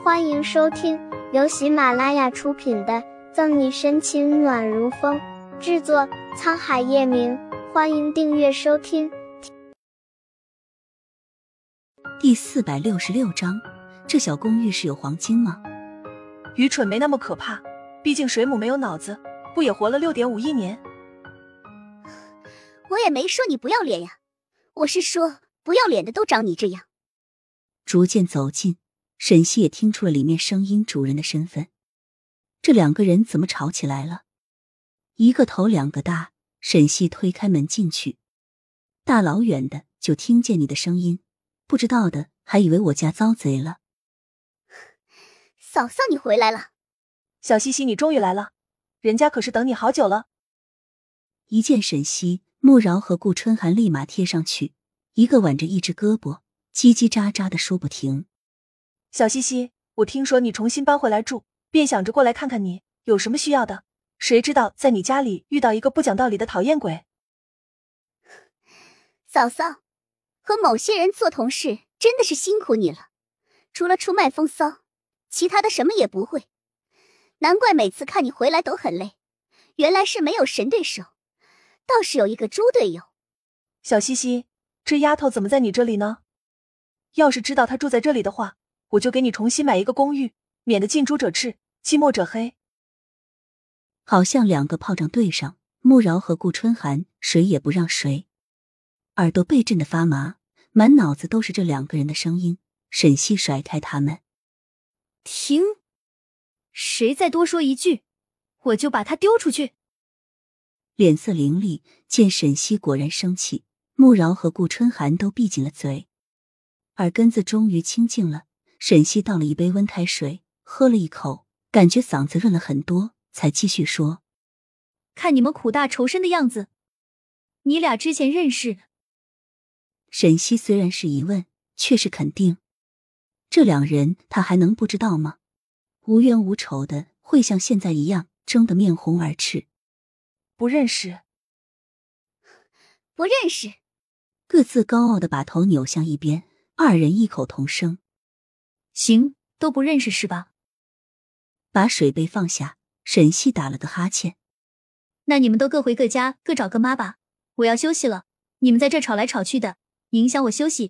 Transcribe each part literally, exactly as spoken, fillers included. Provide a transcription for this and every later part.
欢迎收听由喜马拉雅出品的《赠你深情暖如风》，制作沧海夜明。欢迎订阅收听。 第四百六十六章，这小公寓是有黄金吗？ 愚蠢没那么可怕，毕竟水母没有脑子，不也活了 六点五亿年？ 我也没说你不要脸呀，我是说不要脸的都长你这样。 逐渐走近，沈西也听出了里面声音主人的身份。这两个人怎么吵起来了？一个头两个大，沈西推开门进去，大老远的就听见你的声音，不知道的还以为我家遭贼了。 嫂嫂你回来了。 小西西你终于来了，人家可是等你好久了。 一见沈西，慕饶和顾春寒立马贴上去，一个挽着一只胳膊，叽叽喳喳的说不停。 小西西，我听说你重新搬回来住，便想着过来看看你有什么需要的，谁知道在你家里遇到一个不讲道理的讨厌鬼。 嫂嫂，和某些人做同事真的是辛苦你了，除了出卖风骚，其他的什么也不会。难怪每次看你回来都很累，原来是没有神对手，倒是有一个猪队友。 小西西，这丫头怎么在你这里呢？要是知道她住在这里的话，我就给你重新买一个公寓，免得近朱者赤，近墨者黑。 好像两个炮仗对上，慕饶和顾春寒谁也不让谁，耳朵被震得发麻，满脑子都是这两个人的声音。沈西甩开他们， 停！谁再多说一句，我就把他丢出去。 脸色凌厉，见沈西果然生气，慕饶和顾春寒都闭紧了嘴。耳根子终于清静了，沈西倒了一杯温开水，喝了一口，感觉嗓子润了很多，才继续说： 看你们苦大仇深的样子，你俩之前认识？ 沈西虽然是疑问，却是肯定。这两人他还能不知道吗？无冤无仇的，会像现在一样争得面红耳赤。 不认识。 不认识。 各自高傲的把头扭向一边，二人异口同声。 行，都不认识是吧？ 把水杯放下，沈西打了个哈欠。 那你们都各回各家，各找个妈吧，我要休息了。你们在这吵来吵去的，影响我休息。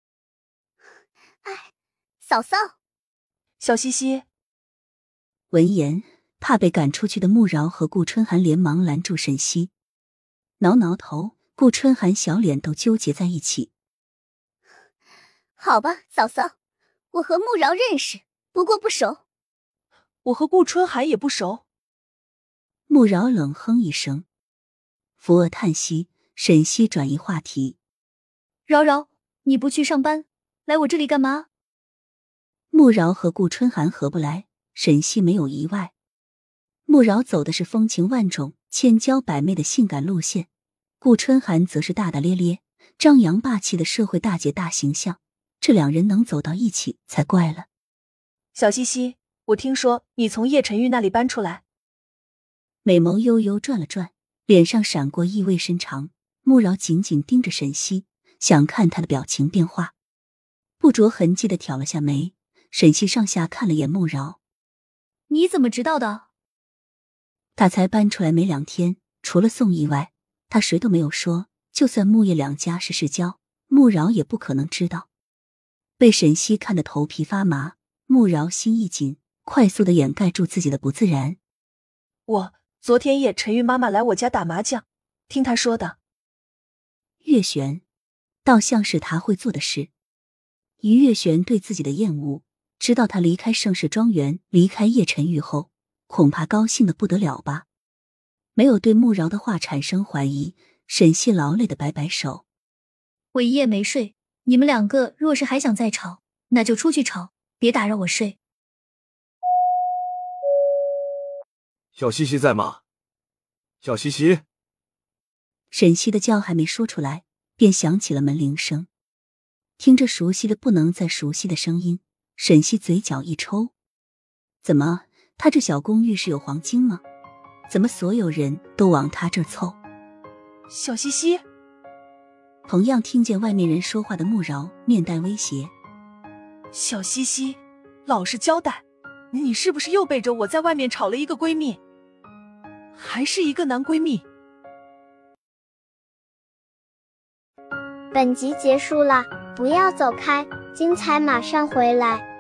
哎，嫂嫂。 小西西。 闻言，怕被赶出去的慕饶和顾春寒连忙拦住沈西，挠挠头，顾春寒小脸都纠结在一起。 好吧，嫂嫂，我和慕饶认识，不过不熟。 我和顾春寒也不熟。 慕饶冷哼一声，扶额叹息。沈西转移话题： 饶饶，你不去上班，来我这里干嘛？ 慕饶和顾春寒合不来，沈西没有意外。慕饶走的是风情万种、千娇百媚的性感路线，顾春寒则是大大咧咧、张扬霸气的社会大姐大形象。这两人能走到一起才怪了。 小西西，我听说你从叶晨玉那里搬出来。 美眸悠悠转了转，脸上闪过意味深长。慕饶紧紧盯着沈西，想看他的表情变化，不着痕迹地挑了下眉。沈西上下看了眼慕饶： 你怎么知道的？ 他才搬出来没两天，除了宋以外，他谁都没有说。就算慕叶两家是世交，慕饶也不可能知道。被沈西看得头皮发麻，慕饶心一紧，快速地掩盖住自己的不自然。 我昨天叶晨玉妈妈来我家打麻将，听她说的。 月璇倒像是他会做的事。于月璇对自己的厌恶，知道他离开盛世庄园，离开叶晨玉后，恐怕高兴得不得了吧。没有对慕饶的话产生怀疑，沈西劳累的摆摆手： 我一夜没睡，你们两个若是还想再吵，那就出去吵，别打扰我睡。 小西西在吗？小西西。 沈西的叫还没说出来，便响起了门铃声。听着熟悉的不能再熟悉的声音，沈西嘴角一抽。怎么，他这小公寓是有黄金吗？怎么所有人都往他这儿凑？ 小西西。 同样听见外面人说话的慕饶面带威胁： 小西西， 老实交代，你是不是又背着我在外面炒了一个闺蜜？还是一个男闺蜜？ 本集结束了，不要走开，精彩马上回来。